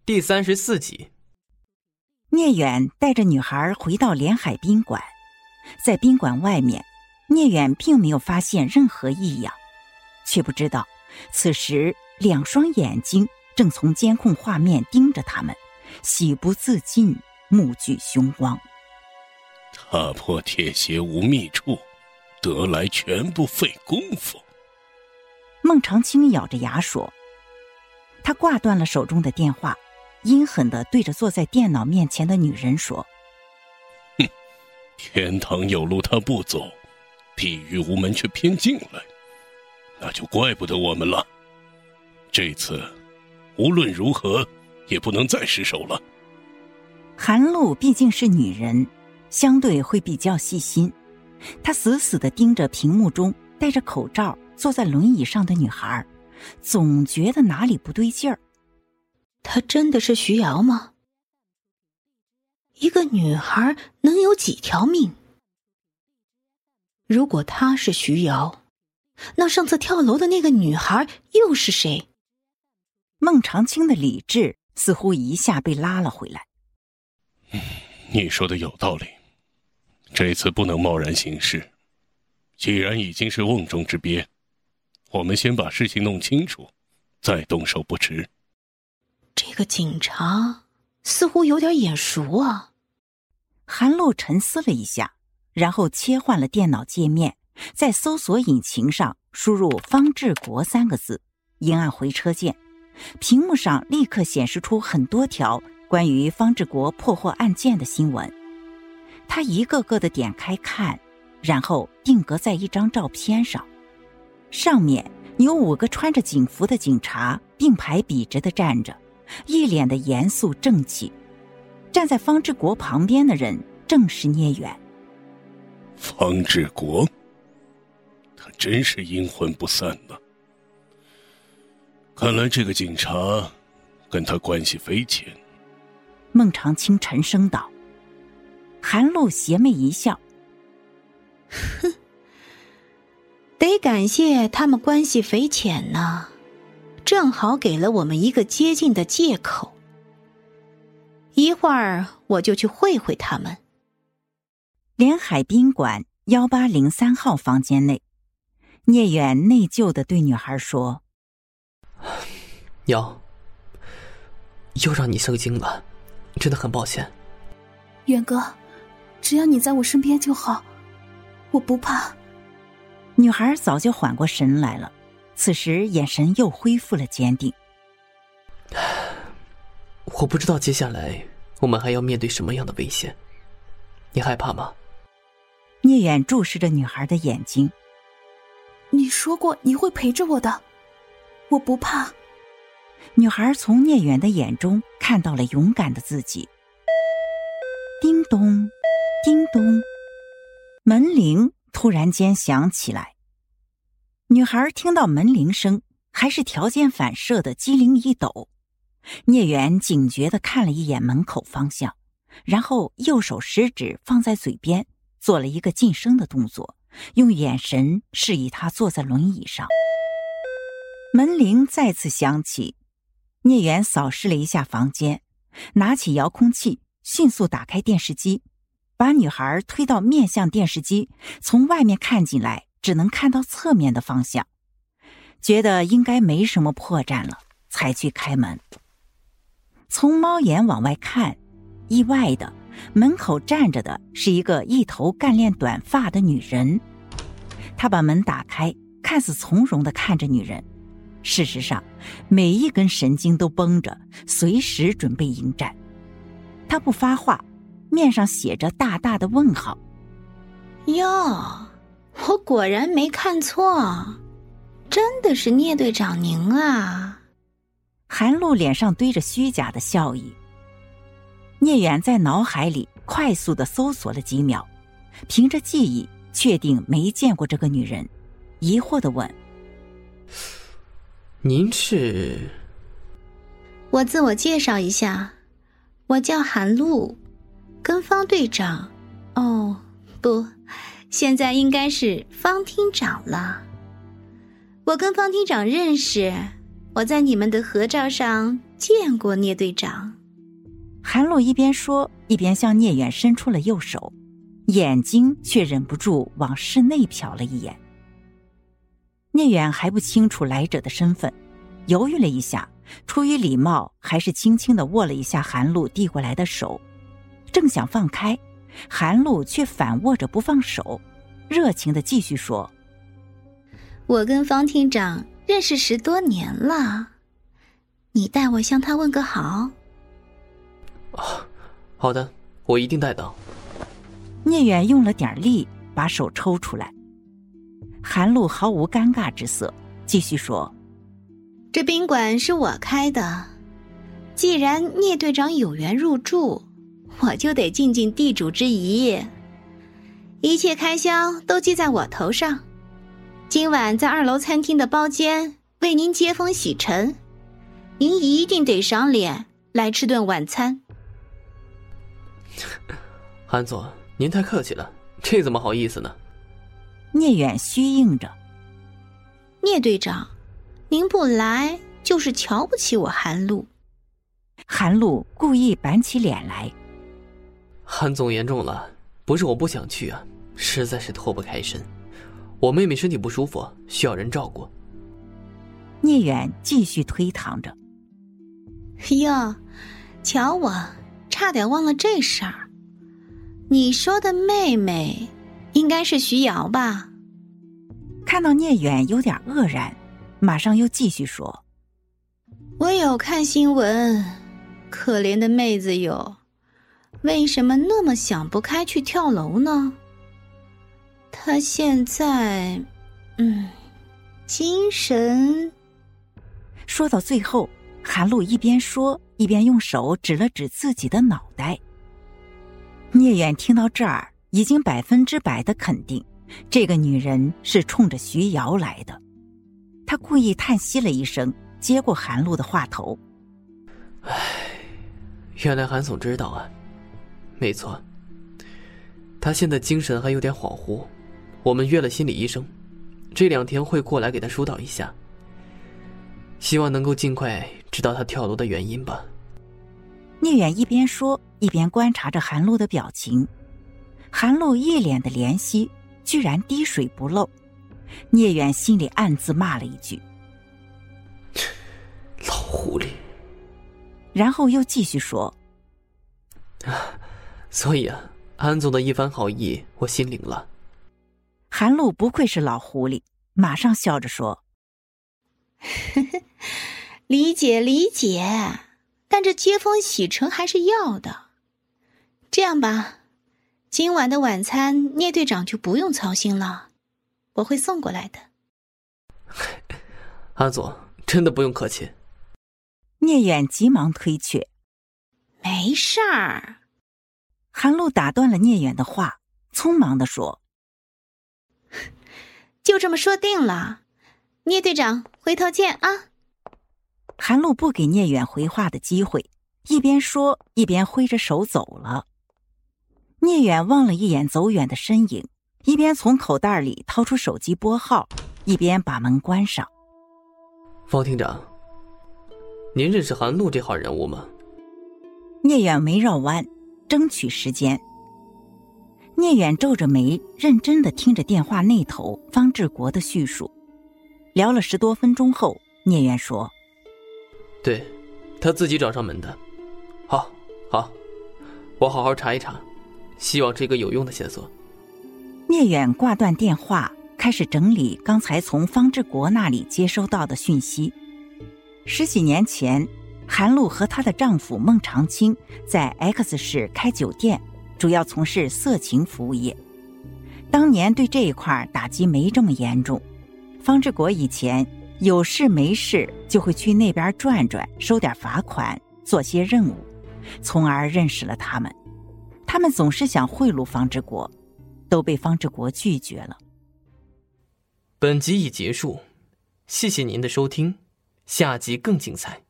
第34集。 聂远带着女孩回到连海宾馆，在宾馆外面，聂远并没有发现任何异样，却不知道此时2双眼睛正从监控画面盯着他们，喜不自禁，目具凶光。 踏破铁鞋无觅处，得来全不费功夫。 孟长青咬着牙说。他挂断了手中的电话，阴狠地对着坐在电脑面前的女人说： 哼，天堂有路他不走，地狱无门却偏进来，那就怪不得我们了。这次无论如何也不能再失手了。 韩露毕竟是女人，相对会比较细心，她死死地盯着屏幕中戴着口罩坐在轮椅上的女孩，总觉得哪里不对劲儿。 她真的是徐瑶吗？一个女孩能有几条命？如果她是徐瑶，那上次跳楼的那个女孩又是谁？ 孟长青的理智似乎一下被拉了回来。 你说的有道理，这次不能贸然行事。既然已经是瓮中之鳖，我们先把事情弄清楚，再动手不迟。 这个警察似乎有点眼熟啊。 韩露沉思了一下，然后切换了电脑界面，在搜索引擎上输入方志国3个字，一按回车键，屏幕上立刻显示出很多条关于方志国破获案件的新闻。他一个个的点开看，然后定格在一张照片上，上面有5个穿着警服的警察并排笔直地站着，一脸的严肃正气。站在方志国旁边的人正是聂远。 方志国，他真是阴魂不散呢。看来这个警察跟他关系匪浅。 孟长青沉声道。韩露邪魅一笑， 哼，得感谢他们关系匪浅呢，正好给了我们一个接近的借口。一会儿我就去会会他们。 连海宾馆1803号房间内，聂远内疚地对女孩说： 瑶，又让你受惊了，真的很抱歉。 远哥，只要你在我身边就好，我不怕。 女孩早就缓过神来了，此时眼神又恢复了坚定。 我不知道接下来我们还要面对什么样的危险，你害怕吗？ 聂远注视着女孩的眼睛。 你说过你会陪着我的，我不怕。 女孩从聂远的眼中看到了勇敢的自己。叮咚，叮咚，门铃突然间响起来。女孩听到门铃声，还是条件反射的机灵一抖。聂远警觉地看了一眼门口方向，然后右手食指放在嘴边，做了一个噤声的动作，用眼神示意他坐在轮椅上。门铃再次响起，聂远扫视了一下房间，拿起遥控器，迅速打开电视机，把女孩推到面向电视机，从外面看进来，只能看到侧面的方向，觉得应该没什么破绽了，才去开门。从猫眼往外看，意外的，门口站着的是一个一头干练短发的女人。他把门打开，看似从容地看着女人，事实上每一根神经都绷着，随时准备迎战。他不发话，面上写着大大的问号。 哟，我果然没看错，真的是聂队长您啊。 韩露脸上堆着虚假的笑意。聂远在脑海里快速地搜索了几秒，凭着记忆确定没见过这个女人，疑惑地问： 您是？ 我自我介绍一下，我叫韩露，跟方队长，哦，不，现在应该是方厅长了。我跟方厅长认识，我在你们的合照上见过聂队长。 韩露一边说，一边向聂远伸出了右手，眼睛却忍不住往室内瞟了一眼。聂远还不清楚来者的身份，犹豫了一下，出于礼貌，还是轻轻地握了一下韩露递过来的手，正想放开，韩露却反握着不放手，热情地继续说： 我跟方厅长认识10多年了，你代我向他问个好。 好的，我一定带到。 聂远用了点力，把手抽出来。韩露毫无尴尬之色，继续说： 这宾馆是我开的，既然聂队长有缘入住，我就得尽尽地主之谊，一切开销都记在我头上。今晚在2楼餐厅的包间为您接风洗尘，您一定得赏脸来吃顿晚餐。 韩总，您太客气了，这怎么好意思呢？ 聂远虚应着： 聂队长，您不来就是瞧不起我韩露。 韩露故意板起脸来： 韩总严重了，不是我不想去啊，实在是脱不开身。我妹妹身体不舒服，需要人照顾。 聂远继续推搪着： 哟，瞧我差点忘了这事儿。你说的妹妹应该是徐瑶吧？ 看到聂远有点愕然，马上又继续说： 我有看新闻，可怜的妹子哟，为什么那么想不开去跳楼呢？她现在精神…… 说到最后，韩露一边说一边用手指了指自己的脑袋。聂远听到这儿，已经100%的肯定这个女人是冲着徐瑶来的。他故意叹息了一声，接过韩露的话头： 原来韩总知道啊。没错，他现在精神还有点恍惚，我们约了心理医生，这2天会过来给他疏导一下，希望能够尽快知道他跳楼的原因吧。 聂远一边说一边观察着韩露的表情，韩露一脸的怜惜，居然滴水不漏。聂远心里暗自骂了一句： 老狐狸。 然后又继续说： 所以啊，安总的一番好意我心领了。 韩露不愧是老狐狸，马上笑着说： 理解理解，但这接风洗尘还是要的。这样吧，今晚的晚餐聂队长就不用操心了，我会送过来的。 安总真的不用客气。 聂远急忙推却： 没事儿。 韩露打断了聂远的话，匆忙地说： 就这么说定了，聂队长回头见啊。 韩露不给聂远回话的机会，一边说一边挥着手走了。聂远望了一眼走远的身影，一边从口袋里掏出手机拨号，一边把门关上。 方厅长，您认识韩露这号人物吗？ 聂远没绕弯，争取时间。聂远皱着眉，认真地听着电话那头方志国的叙述。聊了10多分钟后，聂远说： 对，他自己找上门的。好，我好好查一查，希望这个有用的线索。 聂远挂断电话，开始整理刚才从方志国那里接收到的讯息。10几年前，韩露和她的丈夫孟长青在 X 市开酒店，主要从事色情服务业。当年对这一块打击没这么严重，方志国以前有事没事就会去那边转转，收点罚款，做些任务，从而认识了他们。他们总是想贿赂方志国，都被方志国拒绝了。 本集已结束，谢谢您的收听，下集更精彩。